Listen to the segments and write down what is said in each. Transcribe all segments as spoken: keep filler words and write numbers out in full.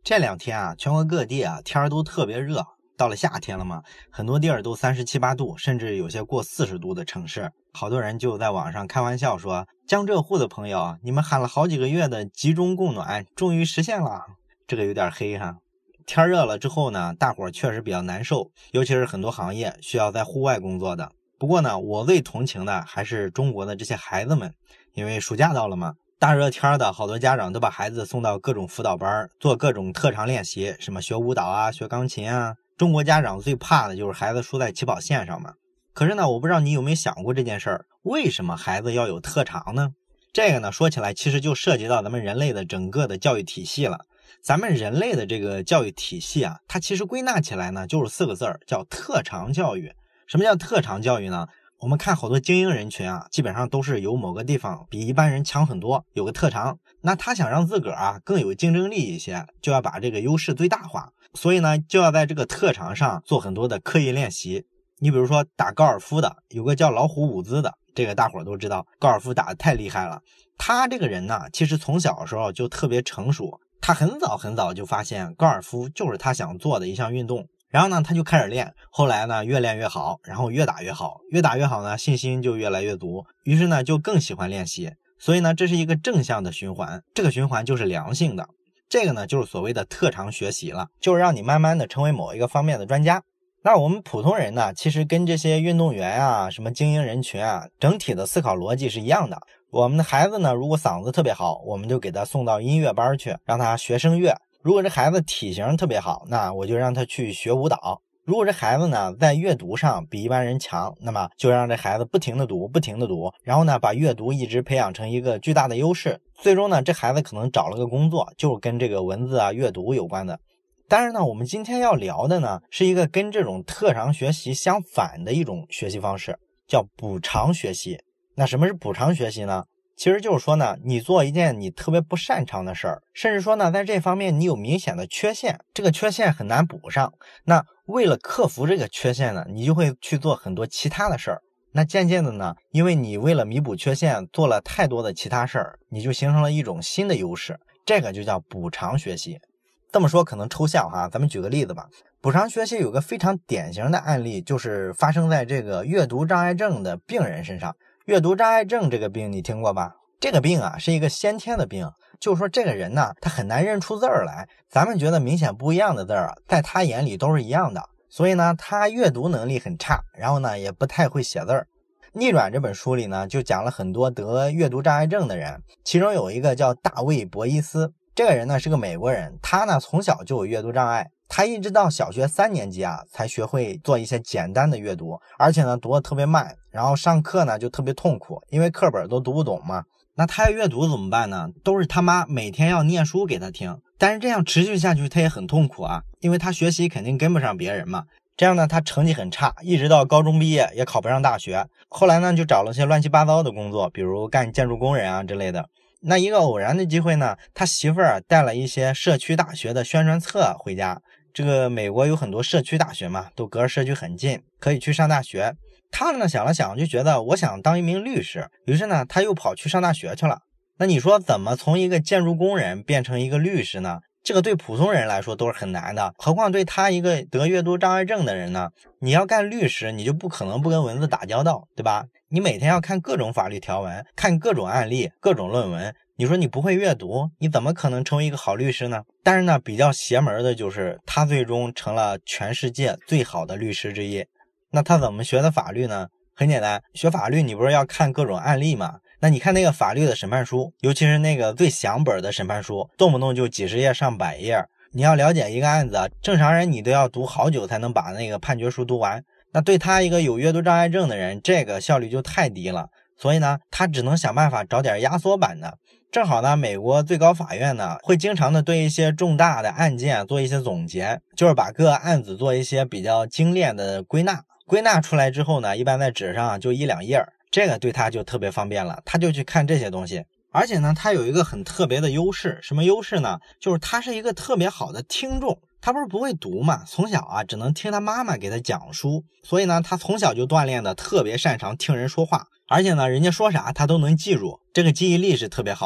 这两天啊，全国各地啊天儿都特别热，到了夏天了嘛，很多地儿都三十七八度，甚至有些过四十度的城市。好多人就在网上开玩笑说，江浙沪的朋友，你们喊了好几个月的集中供暖终于实现了。这个有点黑哈。天热了之后呢，大伙儿确实比较难受，尤其是很多行业需要在户外工作的。不过呢，我最同情的还是中国的这些孩子们，因为暑假到了嘛，大热天的，好多家长都把孩子送到各种辅导班，做各种特长练习，什么学舞蹈啊，学钢琴啊。中国家长最怕的就是孩子输在起跑线上嘛。可是呢，我不知道你有没有想过这件事儿，为什么孩子要有特长呢？这个呢，说起来其实就涉及到咱们人类的整个的教育体系了。咱们人类的这个教育体系啊，它其实归纳起来呢，就是四个字儿，叫特长教育。什么叫特长教育呢？我们看好多精英人群啊，基本上都是有某个地方比一般人强很多，有个特长。那他想让自个儿啊更有竞争力一些，就要把这个优势最大化。所以呢，就要在这个特长上做很多的刻意练习。你比如说打高尔夫的，有个叫老虎伍兹的，这个大伙儿都知道，高尔夫打得太厉害了。他这个人呢，其实从小的时候就特别成熟，他很早很早就发现高尔夫就是他想做的一项运动。然后呢，他就开始练，后来呢，越练越好，然后越打越好，越打越好呢，信心就越来越足，于是呢，就更喜欢练习。所以呢，这是一个正向的循环，这个循环就是良性的。这个呢，就是所谓的特长学习了，就是让你慢慢的成为某一个方面的专家。那我们普通人呢，其实跟这些运动员啊，什么精英人群啊，整体的思考逻辑是一样的。我们的孩子呢，如果嗓子特别好，我们就给他送到音乐班去，让他学声乐。如果这孩子体型特别好，那我就让他去学舞蹈。如果这孩子呢在阅读上比一般人强，那么就让这孩子不停的读不停的读，然后呢把阅读一直培养成一个巨大的优势。最终呢，这孩子可能找了个工作，就是跟这个文字啊阅读有关的。当然呢，我们今天要聊的呢是一个跟这种特长学习相反的一种学习方式，叫补偿学习。那什么是补偿学习呢？其实就是说呢，你做一件你特别不擅长的事儿，甚至说呢，在这方面你有明显的缺陷，这个缺陷很难补上。那为了克服这个缺陷呢，你就会去做很多其他的事儿。那渐渐的呢，因为你为了弥补缺陷做了太多的其他事儿，你就形成了一种新的优势，这个就叫补偿学习。这么说可能抽象哈，咱们举个例子吧。补偿学习有个非常典型的案例，就是发生在这个阅读障碍症的病人身上。阅读障碍症这个病你听过吧？这个病啊是一个先天的病，就是说这个人呢，他很难认出字儿来，咱们觉得明显不一样的字儿啊，在他眼里都是一样的。所以呢，他阅读能力很差，然后呢也不太会写字儿。逆转这本书里呢，就讲了很多得阅读障碍症的人，其中有一个叫大卫·博伊斯，这个人呢是个美国人，他呢从小就有阅读障碍。他一直到小学三年级啊，才学会做一些简单的阅读，而且呢读得特别慢，然后上课呢就特别痛苦，因为课本都读不懂嘛。那他要阅读怎么办呢？都是他妈每天要念书给他听，但是这样持续下去他也很痛苦啊，因为他学习肯定跟不上别人嘛。这样呢他成绩很差，一直到高中毕业也考不上大学。后来呢就找了些乱七八糟的工作，比如干建筑工人啊之类的。那一个偶然的机会呢，他媳妇儿带了一些社区大学的宣传册回家。这个美国有很多社区大学嘛，都隔着社区很近，可以去上大学。他呢想了想，就觉得我想当一名律师，于是呢他又跑去上大学去了。那你说怎么从一个建筑工人变成一个律师呢？这个对普通人来说都是很难的，何况对他一个得阅读障碍症的人呢？你要干律师，你就不可能不跟文字打交道，对吧？你每天要看各种法律条文，看各种案例，各种论文，你说你不会阅读，你怎么可能成为一个好律师呢？但是呢，比较邪门的就是他最终成了全世界最好的律师之一。那他怎么学的法律呢？很简单，学法律你不是要看各种案例吗？那你看那个法律的审判书，尤其是那个最详本的审判书，动不动就几十页上百页。你要了解一个案子，正常人你都要读好久才能把那个判决书读完。那对他一个有阅读障碍症的人，这个效率就太低了。所以呢，他只能想办法找点压缩版的。正好呢，美国最高法院呢会经常的对一些重大的案件做一些总结，就是把各案子做一些比较精炼的归纳。归纳出来之后呢，一般在纸上就一两页，这个对他就特别方便了，他就去看这些东西。而且呢，他有一个很特别的优势，什么优势呢？就是他是一个特别好的听众。他不是不会读嘛，从小啊只能听他妈妈给他讲书，所以呢他从小就锻炼的特别擅长听人说话，而且呢人家说啥他都能记住，这个记忆力是特别好的。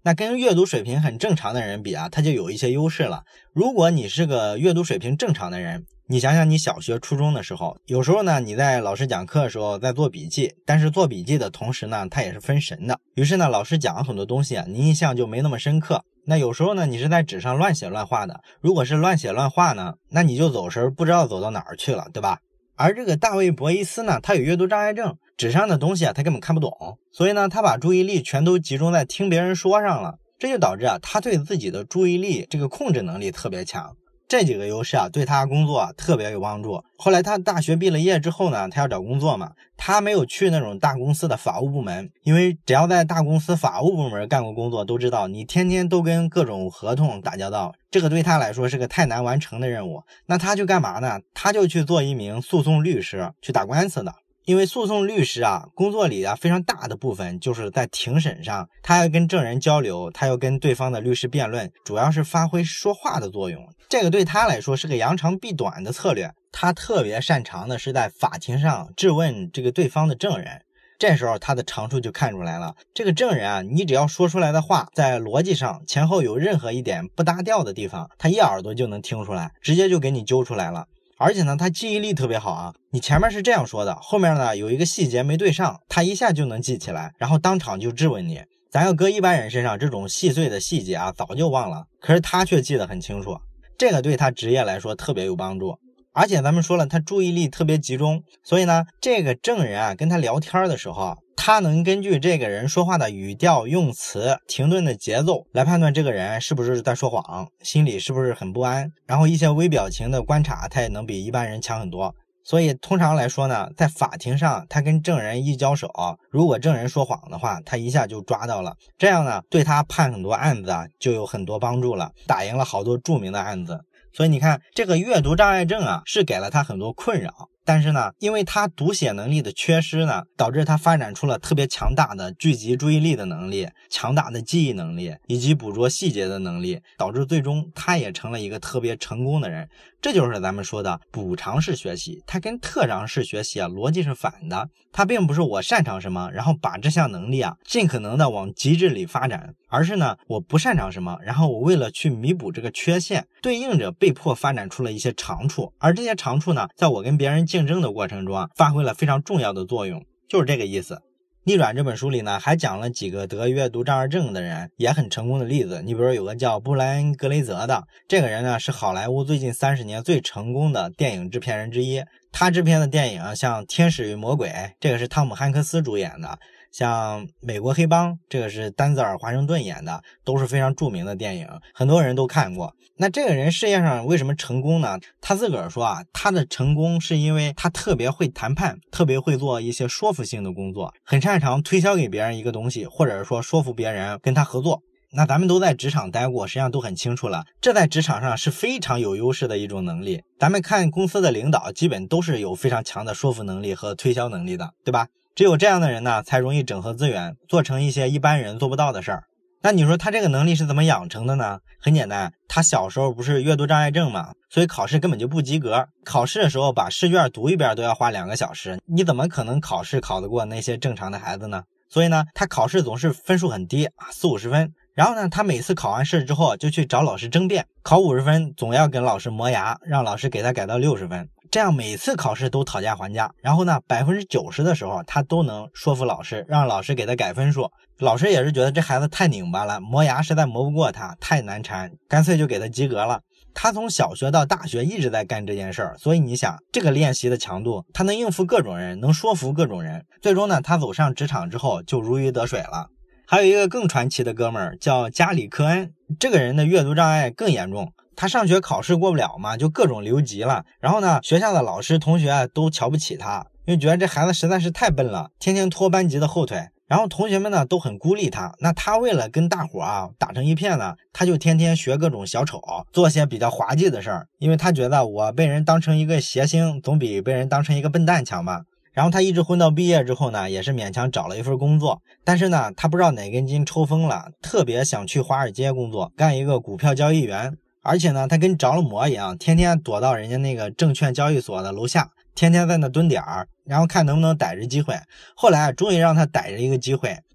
那跟阅读水平很正常的人比啊，他就有一些优势了。如果你是个阅读水平正常的人，你想想你小学初中的时候，有时候呢你在老师讲课的时候在做笔记，但是做笔记的同时呢他也是分神的，于是呢老师讲很多东西啊你印象就没那么深刻。那有时候呢你是在纸上乱写乱画的，如果是乱写乱画呢，那你就走神不知道走到哪儿去了，对吧？而这个大卫·博伊斯呢，他有阅读障碍症，纸上的东西啊他根本看不懂，所以呢他把注意力全都集中在听别人说上了，这就导致啊他对自己的注意力这个控制能力特别强。这几个优势啊对他工作啊特别有帮助。后来他大学毕了业之后呢，他要找工作嘛，他没有去那种大公司的法务部门，因为只要在大公司法务部门干过工作都知道，你天天都跟各种合同打交道，这个对他来说是个太难完成的任务。那他去干嘛呢？他就去做一名诉讼律师，去打官司的。因为诉讼律师啊，工作里啊非常大的部分就是在庭审上，他要跟证人交流，他要跟对方的律师辩论，主要是发挥说话的作用。这个对他来说是个扬长避短的策略，他特别擅长的是在法庭上质问这个对方的证人。这时候他的长处就看出来了，这个证人啊，你只要说出来的话在逻辑上前后有任何一点不搭调的地方，他一耳朵就能听出来，直接就给你揪出来了。而且呢他记忆力特别好啊，你前面是这样说的，后面呢有一个细节没对上，他一下就能记起来，然后当场就质问你。咱要搁一般人身上，这种细碎的细节啊早就忘了，可是他却记得很清楚，这个对他职业来说特别有帮助。而且咱们说了，他注意力特别集中，所以呢这个证人啊跟他聊天的时候啊，他能根据这个人说话的语调、用词、停顿的节奏来判断这个人是不是在说谎，心里是不是很不安，然后一些微表情的观察他也能比一般人强很多。所以通常来说呢，在法庭上他跟证人一交手，如果证人说谎的话，他一下就抓到了，这样呢对他判很多案子啊就有很多帮助了，打赢了好多著名的案子。所以你看，这个阅读障碍症啊是给了他很多困扰，但是呢因为他读写能力的缺失呢，导致他发展出了特别强大的聚集注意力的能力，强大的记忆能力，以及捕捉细节的能力，导致最终他也成了一个特别成功的人。这就是咱们说的补偿式学习，它跟特长式学习啊逻辑是反的，它并不是我擅长什么然后把这项能力啊尽可能的往极致里发展，而是呢我不擅长什么，然后我为了去弥补这个缺陷，对应着被迫发展出了一些长处，而这些长处呢在我跟别人竞争的过程中啊发挥了非常重要的作用，就是这个意思。逆转这本书里呢还讲了几个得阅读障碍症的人也很成功的例子。你比如说有个叫布莱恩·格雷泽的，这个人呢是好莱坞最近三十年最成功的电影制片人之一，他制片的电影像《天使与魔鬼》，这个是汤姆·汉克斯主演的，像《美国黑帮》，这个是丹泽尔·华盛顿演的，都是非常著名的电影，很多人都看过。那这个人事业上为什么成功呢？他自个儿说啊，他的成功是因为他特别会谈判，特别会做一些说服性的工作，很擅长推销给别人一个东西，或者是说说服别人跟他合作。那咱们都在职场待过，实际上都很清楚了，这在职场上是非常有优势的一种能力。咱们看公司的领导基本都是有非常强的说服能力和推销能力的，对吧？只有这样的人呢才容易整合资源，做成一些一般人做不到的事儿。那你说他这个能力是怎么养成的呢？很简单，他小时候不是阅读障碍症嘛，所以考试根本就不及格，考试的时候把试卷读一遍都要花两个小时，你怎么可能考试考得过那些正常的孩子呢？所以呢他考试总是分数很低，四五十分，然后呢他每次考完试之后就去找老师争辩，考五十分总要跟老师磨牙，让老师给他改到六十分，这样每次考试都讨价还价，然后呢 百分之九十 的时候他都能说服老师，让老师给他改分数。老师也是觉得这孩子太拧巴了，磨牙实在磨不过他，太难缠，干脆就给他及格了。他从小学到大学一直在干这件事儿，所以你想这个练习的强度，他能应付各种人，能说服各种人，最终呢他走上职场之后就如鱼得水了。还有一个更传奇的哥们儿叫加里科恩，这个人的阅读障碍更严重，他上学考试过不了嘛，就各种留级了，然后呢学校的老师同学都瞧不起他，因为觉得这孩子实在是太笨了，天天拖班级的后腿，然后同学们呢都很孤立他。那他为了跟大伙啊打成一片呢，他就天天学各种小丑，做些比较滑稽的事儿，因为他觉得我被人当成一个谐星总比被人当成一个笨蛋强吧。然后他一直混到毕业之后呢，也是勉强找了一份工作，但是呢他不知道哪根筋抽风了，特别想去华尔街工作，干一个股票交易员。而且呢他跟着了魔一样，天天躲到人家那个证券交易所的楼下，天天在那蹲点儿，然后看能不能逮着机会。后来终于让他逮着一个机会，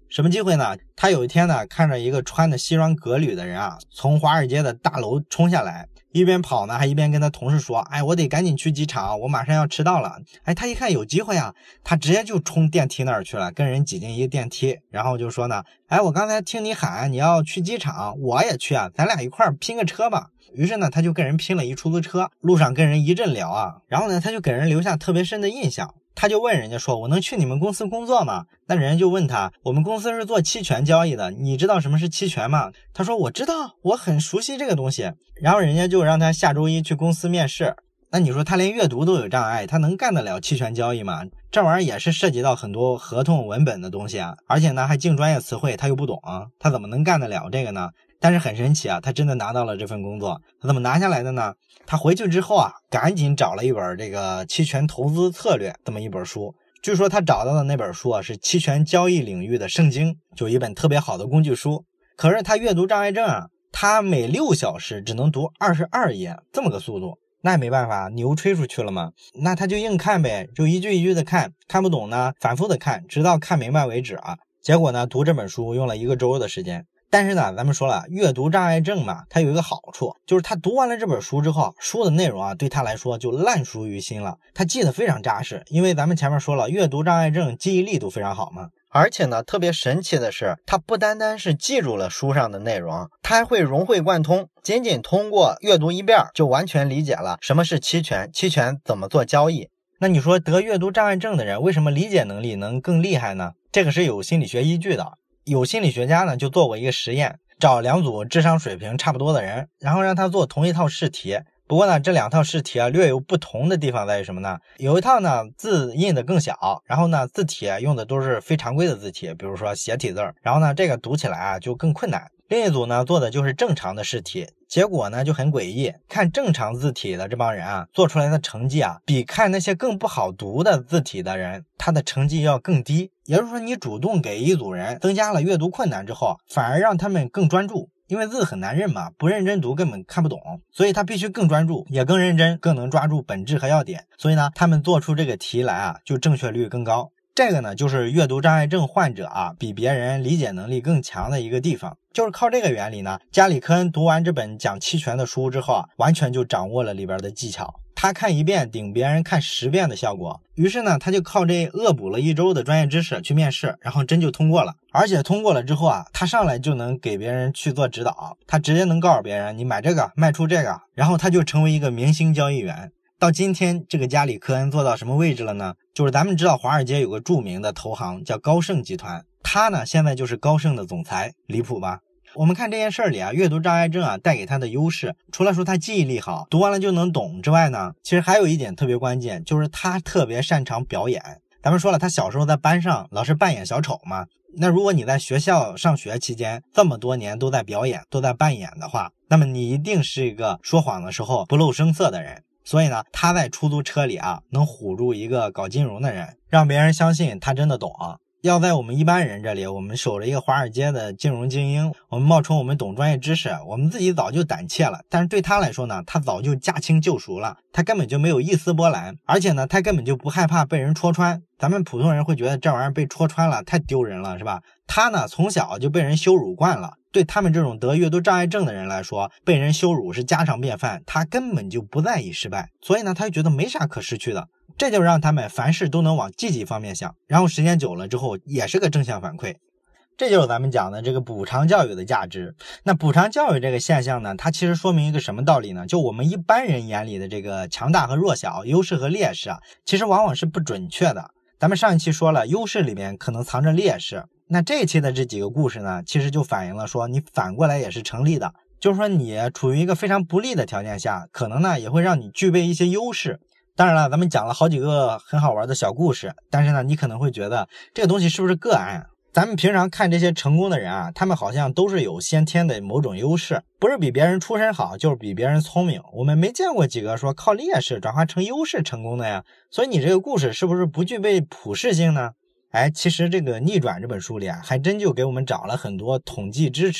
什么机会呢？他有一天呢，看着一个穿的西装革履的人啊，从华尔街的大楼冲下来，一边跑呢，还一边跟他同事说：“哎，我得赶紧去机场，我马上要迟到了。”哎，他一看有机会啊，他直接就冲电梯那儿去了，跟人挤进一个电梯，然后就说呢：“哎，我刚才听你喊你要去机场，我也去啊，咱俩一块儿拼个车吧。”于是呢，他就跟人拼了一出租车，路上跟人一阵聊啊，然后呢，他就给人留下特别深的印象。他就问人家说：“我能去你们公司工作吗？”那人家就问他：“我们公司是做期权交易的，你知道什么是期权吗？”他说：“我知道，我很熟悉这个东西。”然后人家就让他下周一去公司面试。那你说他连阅读都有障碍，他能干得了期权交易吗？这玩意儿也是涉及到很多合同文本的东西啊，而且呢还净专业词汇，他又不懂啊，他怎么能干得了这个呢？但是很神奇啊，他真的拿到了这份工作。他怎么拿下来的呢？他回去之后啊，赶紧找了一本这个期权投资策略这么一本书。据说他找到的那本书啊，是期权交易领域的圣经，就一本特别好的工具书。可是他阅读障碍症啊，他每六小时只能读二十二页，这么个速度。那也没办法，牛吹出去了嘛，那他就硬看呗，就一句一句的看，看不懂呢反复的看，直到看明白为止啊。结果呢，读这本书用了一个周的时间。但是呢，咱们说了，阅读障碍症嘛，它有一个好处，就是他读完了这本书之后，书的内容啊，对他来说就烂熟于心了，他记得非常扎实。因为咱们前面说了，阅读障碍症记忆力都非常好嘛。而且呢，特别神奇的是，他不单单是记住了书上的内容，他还会融会贯通，仅仅通过阅读一遍就完全理解了什么是期权，期权怎么做交易。那你说得阅读障碍症的人为什么理解能力能更厉害呢？这个是有心理学依据的。有心理学家呢就做过一个实验，找两组智商水平差不多的人，然后让他做同一套试题。不过呢，这两套试题啊略有不同的地方在于什么呢？有一套呢字印的更小，然后呢字体用的都是非常规的字体，比如说斜体字，然后呢这个读起来啊就更困难。另一组呢做的就是正常的试题，结果呢就很诡异，看正常字体的这帮人啊做出来的成绩啊，比看那些更不好读的字体的人他的成绩要更低。也就是说，你主动给一组人增加了阅读困难之后，反而让他们更专注，因为字很难认嘛，不认真读根本看不懂，所以他必须更专注，也更认真，更能抓住本质和要点。所以呢，他们做出这个题来啊，就正确率更高。这个呢，就是阅读障碍症患者啊，比别人理解能力更强的一个地方。就是靠这个原理呢，加里科恩读完这本讲期权的书之后啊，完全就掌握了里边的技巧。他看一遍顶别人看十遍的效果。于是呢，他就靠这恶补了一周的专业知识去面试，然后真就通过了。而且通过了之后啊，他上来就能给别人去做指导，他直接能告诉别人你买这个卖出这个，然后他就成为一个明星交易员。到今天这个加里科恩做到什么位置了呢？就是咱们知道华尔街有个著名的投行叫高盛集团，他呢现在就是高盛的总裁，离谱吧？我们看这件事里啊，阅读障碍症啊带给他的优势，除了说他记忆力好，读完了就能懂之外呢，其实还有一点特别关键，就是他特别擅长表演。咱们说了，他小时候在班上老是扮演小丑嘛，那如果你在学校上学期间这么多年都在表演都在扮演的话，那么你一定是一个说谎的时候不露声色的人。所以呢，他在出租车里啊能唬住一个搞金融的人，让别人相信他真的懂。要在我们一般人这里，我们守着一个华尔街的金融精英，我们冒充我们懂专业知识，我们自己早就胆怯了。但是对他来说呢，他早就驾轻就熟了，他根本就没有一丝波澜，而且呢，他根本就不害怕被人戳穿。咱们普通人会觉得这玩意儿被戳穿了太丢人了，是吧？他呢，从小就被人羞辱惯了。对他们这种得阅读障碍症的人来说，被人羞辱是家常便饭，他根本就不在意失败，所以呢，他就觉得没啥可失去的。这就让他们凡事都能往积极方面想，然后时间久了之后也是个正向反馈。这就是咱们讲的这个补偿教育的价值。那补偿教育这个现象呢，它其实说明一个什么道理呢？就我们一般人眼里的这个强大和弱小，优势和劣势啊，其实往往是不准确的。咱们上一期说了，优势里面可能藏着劣势。那这一期的这几个故事呢，其实就反映了说你反过来也是成立的，就是说你处于一个非常不利的条件下，可能呢也会让你具备一些优势。当然了，咱们讲了好几个很好玩的小故事，但是呢你可能会觉得这个东西是不是个案？咱们平常看这些成功的人啊，他们好像都是有先天的某种优势，不是比别人出身好，就是比别人聪明。我们没见过几个说靠劣势转化成优势成功的呀。所以你这个故事是不是不具备普适性呢？哎，其实这个逆转这本书里啊，还真就给我们找了很多统计支持。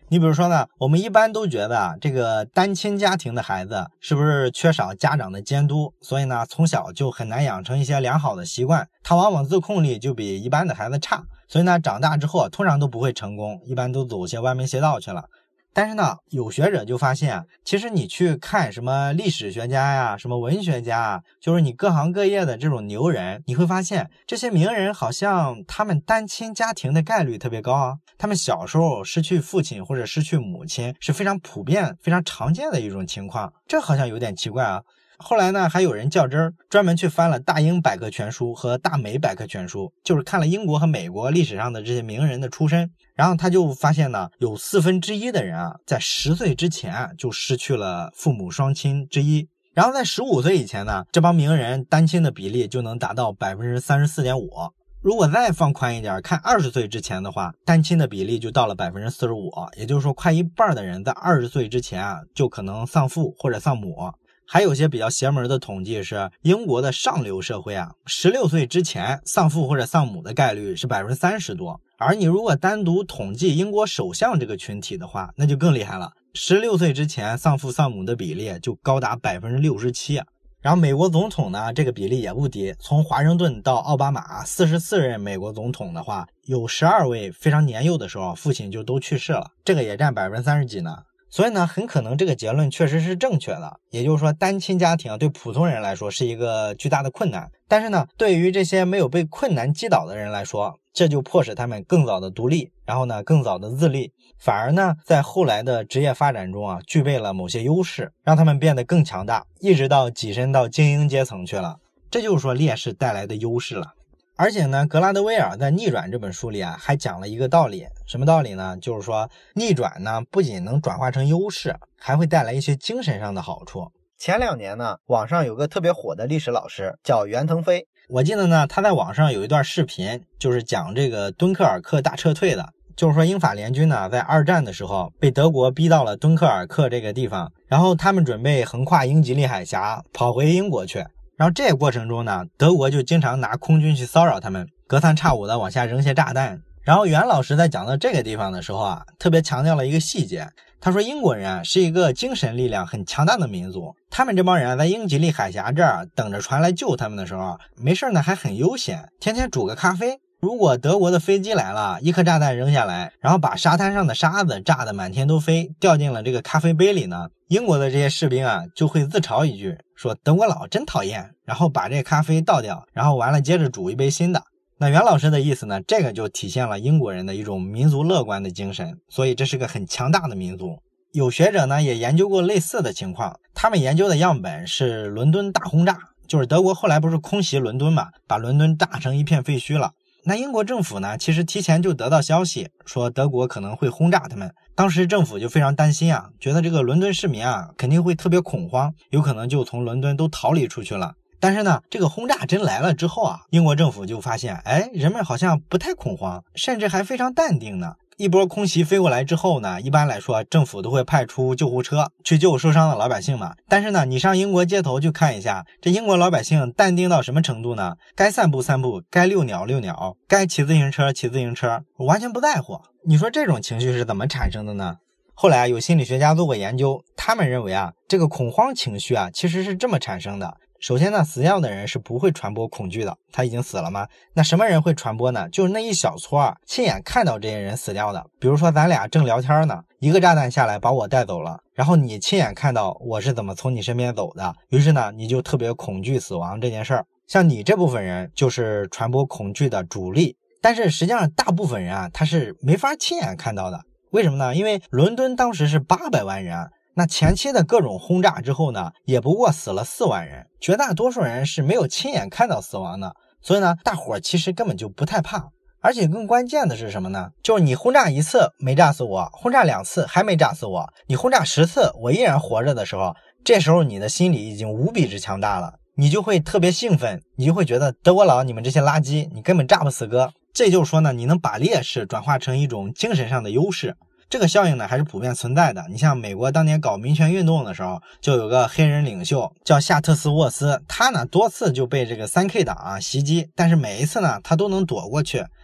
你比如说呢，我们一般都觉得啊，这个单亲家庭的孩子是不是缺少家长的监督，所以呢，从小就很难养成一些良好的习惯，他往往自控力就比一般的孩子差，所以呢，长大之后通常都不会成功，一般都走些歪门邪道去了。但是呢，有学者就发现啊，其实你去看什么历史学家呀，什么文学家啊，就是你各行各业的这种牛人，你会发现这些名人好像他们单亲家庭的概率特别高啊，他们小时候失去父亲或者失去母亲是非常普遍、非常常见的一种情况，这好像有点奇怪啊。后来呢，还有人较真儿，专门去翻了大英百科全书和大美百科全书，就是看了英国和美国历史上的这些名人的出身，然后他就发现呢，有四分之一的人啊，在十岁之前就失去了父母双亲之一，然后在十五岁以前呢，这帮名人单亲的比例就能达到 百分之三十四点五。如果再放宽一点，看二十岁之前的话，单亲的比例就到了 百分之四十五， 也就是说快一半的人在二十岁之前啊，就可能丧父或者丧母。还有些比较邪门的统计是，英国的上流社会啊，十六岁之前丧父或者丧母的概率是 百分之三十 多，而你如果单独统计英国首相这个群体的话，那就更厉害了，十六岁之前丧父丧母的比例就高达 百分之六十七 啊。然后美国总统呢，这个比例也不低，从华盛顿到奥巴马四十四任美国总统的话，有十二位非常年幼的时候父亲就都去世了，这个也占 百分之三十 几呢。所以呢，很可能这个结论确实是正确的，也就是说单亲家庭对普通人来说是一个巨大的困难，但是呢，对于这些没有被困难击倒的人来说，这就迫使他们更早的独立，然后呢更早的自立，反而呢在后来的职业发展中啊具备了某些优势，让他们变得更强大，一直到跻身到精英阶层去了，这就是说劣势带来的优势了。而且呢，格拉德威尔在《逆转》这本书里啊，还讲了一个道理，什么道理呢？就是说，逆转呢不仅能转化成优势，还会带来一些精神上的好处。前两年呢，网上有个特别火的历史老师叫袁腾飞，我记得呢，他在网上有一段视频，就是讲这个敦刻尔克大撤退的，就是说英法联军呢在二战的时候被德国逼到了敦刻尔克这个地方，然后他们准备横跨英吉利海峡跑回英国去。然后这个过程中呢，德国就经常拿空军去骚扰他们，隔三差五的往下扔些炸弹。然后袁老师在讲到这个地方的时候啊，特别强调了一个细节，他说英国人啊是一个精神力量很强大的民族，他们这帮人啊在英吉利海峡这儿等着船来救他们的时候，没事呢还很悠闲，天天煮个咖啡。如果德国的飞机来了，一颗炸弹扔下来，然后把沙滩上的沙子炸得满天都飞，掉进了这个咖啡杯里呢，英国的这些士兵啊就会自嘲一句，说德国佬真讨厌，然后把这咖啡倒掉，然后完了接着煮一杯新的。那袁老师的意思呢，这个就体现了英国人的一种民族乐观的精神，所以这是个很强大的民族。有学者呢也研究过类似的情况，他们研究的样本是伦敦大轰炸，就是德国后来不是空袭伦敦嘛，把伦敦炸成一片废墟了。那英国政府呢，其实提前就得到消息，说德国可能会轰炸他们。当时政府就非常担心啊，觉得这个伦敦市民啊肯定会特别恐慌，有可能就从伦敦都逃离出去了。但是呢，这个轰炸真来了之后啊，英国政府就发现，哎，人们好像不太恐慌，甚至还非常淡定呢。一波空袭飞过来之后呢，一般来说政府都会派出救护车去救受伤的老百姓嘛。但是呢，你上英国街头去看一下，这英国老百姓淡定到什么程度呢？该散步散步，该遛鸟遛鸟，该骑自行车骑自行车，完全不在乎。你说这种情绪是怎么产生的呢？后来有心理学家做过研究，他们认为啊，这个恐慌情绪啊其实是这么产生的。首先呢，死掉的人是不会传播恐惧的，他已经死了嘛。那什么人会传播呢？就是那一小撮啊，亲眼看到这些人死掉的。比如说咱俩正聊天呢，一个炸弹下来把我带走了，然后你亲眼看到我是怎么从你身边走的，于是呢，你就特别恐惧死亡这件事儿。像你这部分人就是传播恐惧的主力，但是实际上大部分人啊，他是没法亲眼看到的。为什么呢？因为伦敦当时是八百万人，那前期的各种轰炸之后呢，也不过死了四万人，绝大多数人是没有亲眼看到死亡的，所以呢，大伙儿其实根本就不太怕。而且更关键的是什么呢？就是你轰炸一次没炸死我，轰炸两次还没炸死我，你轰炸十次我依然活着的时候，这时候你的心理已经无比之强大了，你就会特别兴奋，你就会觉得德国佬你们这些垃圾，你根本炸不死哥。这就是说呢，你能把劣势转化成一种精神上的优势。这个效应呢还是普遍存在的。你像美国当年搞民权运动的时候，就有个黑人领袖叫夏特斯沃斯，他呢多次就被这个 三 K 党啊袭击，但是每一次呢他都能躲过去，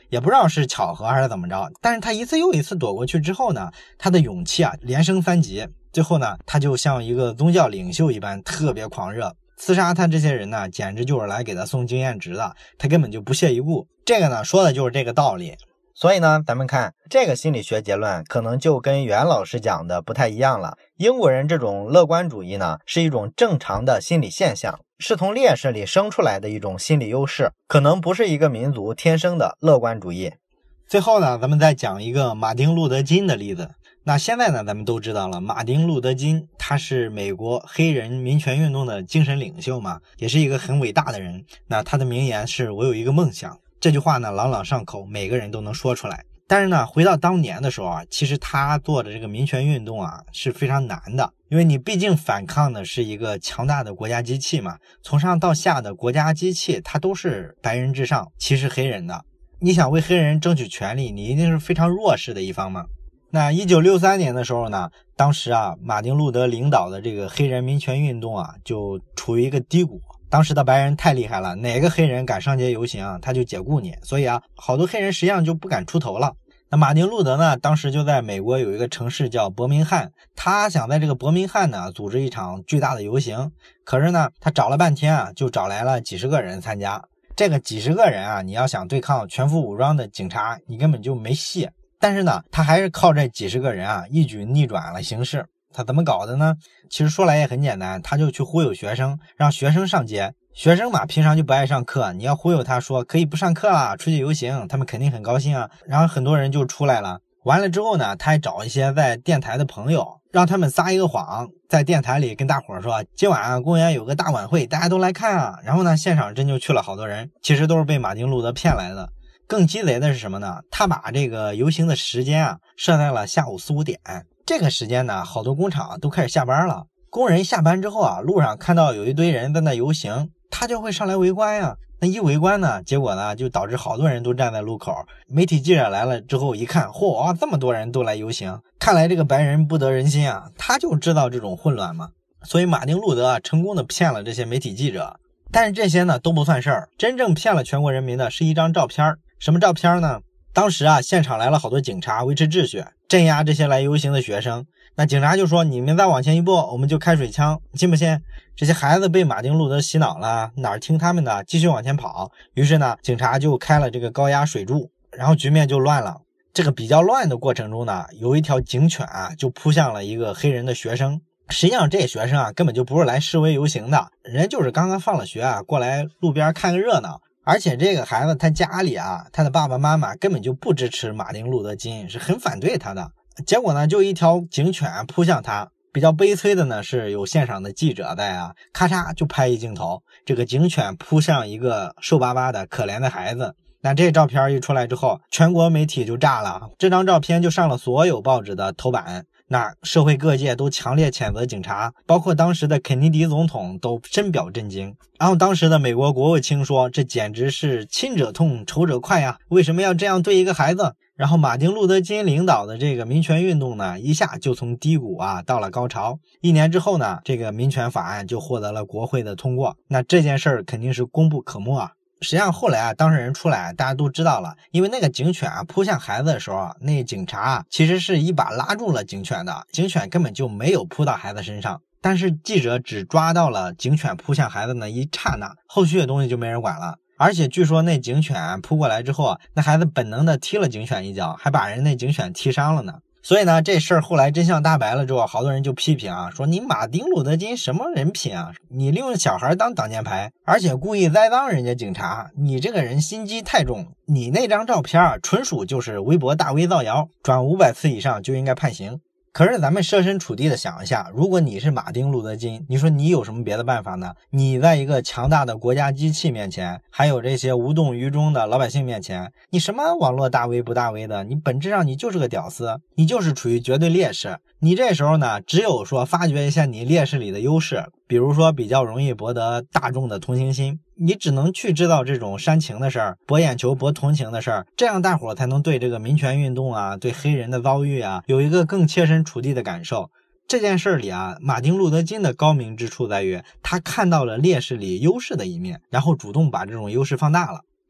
也不知道是巧合还是怎么着，但是他一次又一次躲过去之后呢，他的勇气啊连升三级，最后呢，他就像一个宗教领袖一般特别狂热，刺杀他这些人呢，简直就是来给他送经验值的，他根本就不屑一顾。这个呢，说的就是这个道理。所以呢，咱们看这个心理学结论可能就跟袁老师讲的不太一样了。英国人这种乐观主义呢，是一种正常的心理现象，是从劣势里生出来的一种心理优势，可能不是一个民族天生的乐观主义。最后呢，咱们再讲一个马丁·路德·金的例子。那现在呢，咱们都知道了，马丁·路德·金他是美国黑人民权运动的精神领袖嘛，也是一个很伟大的人。那他的名言是我有一个梦想，这句话呢朗朗上口，每个人都能说出来。但是呢，回到当年的时候啊，其实他做的这个民权运动啊是非常难的，因为你毕竟反抗的是一个强大的国家机器嘛，从上到下的国家机器它都是白人至上歧视黑人的，你想为黑人争取权利，你一定是非常弱势的一方嘛。那一九六三年的时候呢，当时啊马丁路德领导的这个黑人民权运动啊就处于一个低谷，当时的白人太厉害了，哪个黑人敢上街游行啊，他就解雇你，所以啊好多黑人实际上就不敢出头了。那马丁路德呢，当时就在美国有一个城市叫伯明翰，他想在这个伯明翰呢组织一场巨大的游行，可是呢他找了半天啊，就找来了几十个人参加。这个几十个人啊，你要想对抗全副武装的警察，你根本就没戏。但是呢，他还是靠这几十个人啊，一举逆转了形势。他怎么搞的呢？其实说来也很简单，他就去忽悠学生，让学生上街。学生嘛，平常就不爱上课，你要忽悠他说可以不上课了，出去游行，他们肯定很高兴啊。然后很多人就出来了。完了之后呢，他还找一些在电台的朋友，让他们撒一个谎，在电台里跟大伙儿说今晚啊公园有个大晚会，大家都来看啊。然后呢，现场真就去了好多人，其实都是被马丁路德骗来的。更鸡贼的是什么呢？他把这个游行的时间啊设在了下午四五点。这个时间呢，好多工厂都开始下班了。工人下班之后啊，路上看到有一堆人在那游行，他就会上来围观呀。那一围观呢，结果呢就导致好多人都站在路口。媒体记者来了之后一看，嚯，这么多人都来游行，看来这个白人不得人心啊，他就知道这种混乱嘛。所以马丁路德啊成功的骗了这些媒体记者。但是这些呢都不算事儿，真正骗了全国人民的是一张照片。什么照片呢？当时啊现场来了好多警察维持秩序，镇压这些来游行的学生。那警察就说你们再往前一步我们就开水枪，信不信？这些孩子被马丁路德洗脑了，哪儿听他们的，继续往前跑。于是呢警察就开了这个高压水柱，然后局面就乱了。这个比较乱的过程中呢，有一条警犬啊就扑向了一个黑人的学生。实际上这学生啊根本就不是来示威游行的，人家就是刚刚放了学啊过来路边看个热闹。而且这个孩子他家里啊，他的爸爸妈妈根本就不支持马丁路德金，是很反对他的。结果呢就一条警犬扑向他。比较悲催的呢是有现场的记者在啊，咔嚓就拍一镜头，这个警犬扑向一个瘦巴巴的可怜的孩子。那这照片一出来之后，全国媒体就炸了，这张照片就上了所有报纸的头版。那社会各界都强烈谴责警察，包括当时的肯尼迪总统都深表震惊。然后当时的美国国务卿说，这简直是亲者痛仇者快啊，为什么要这样对一个孩子？然后马丁路德金领导的这个民权运动呢，一下就从低谷啊到了高潮。一年之后呢，这个民权法案就获得了国会的通过。那这件事儿肯定是功不可没啊。实际上后来啊，当事人出来大家都知道了，因为那个警犬啊扑向孩子的时候啊，那警察啊其实是一把拉住了警犬的，警犬根本就没有扑到孩子身上。但是记者只抓到了警犬扑向孩子那一刹那，后续的东西就没人管了。而且据说那警犬扑过来之后啊，那孩子本能的踢了警犬一脚，还把人那警犬踢伤了呢。所以呢，这事儿后来真相大白了之后，好多人就批评啊，说你马丁路德金什么人品啊？你利用小孩当挡箭牌，而且故意栽赃人家警察，你这个人心机太重。你那张照片啊，纯属就是微博大 V 造谣，转五百次以上就应该判刑。可是咱们设身处地的想一下，如果你是马丁路德金，你说你有什么别的办法呢？你在一个强大的国家机器面前，还有这些无动于衷的老百姓面前，你什么网络大 V 不大 V 的，你本质上你就是个屌丝，你就是处于绝对劣势。你这时候呢，只有说发掘一下你劣势里的优势，比如说比较容易博得大众的同情心，你只能去知道这种煽情的事儿，博眼球博同情的事儿，这样大伙才能对这个民权运动啊，对黑人的遭遇啊，有一个更切身处地的感受。这件事里啊，马丁路德金的高明之处在于，他看到了劣势里优势的一面，然后主动把这种优势放大了。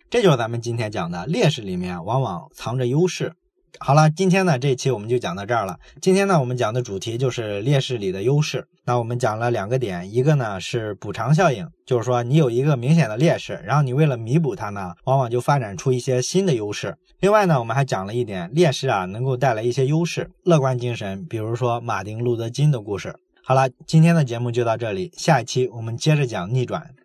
这就是咱们今天讲的劣势里面往往藏着优势。好了，今天呢这一期我们就讲到这儿了。今天呢我们讲的主题就是劣势里的优势。那我们讲了两个点，一个呢是补偿效应，就是说你有一个明显的劣势，然后你为了弥补它呢，往往就发展出一些新的优势。另外呢我们还讲了一点，劣势啊能够带来一些优势，乐观精神，比如说马丁路德金的故事。好了，今天的节目就到这里，下一期我们接着讲逆转。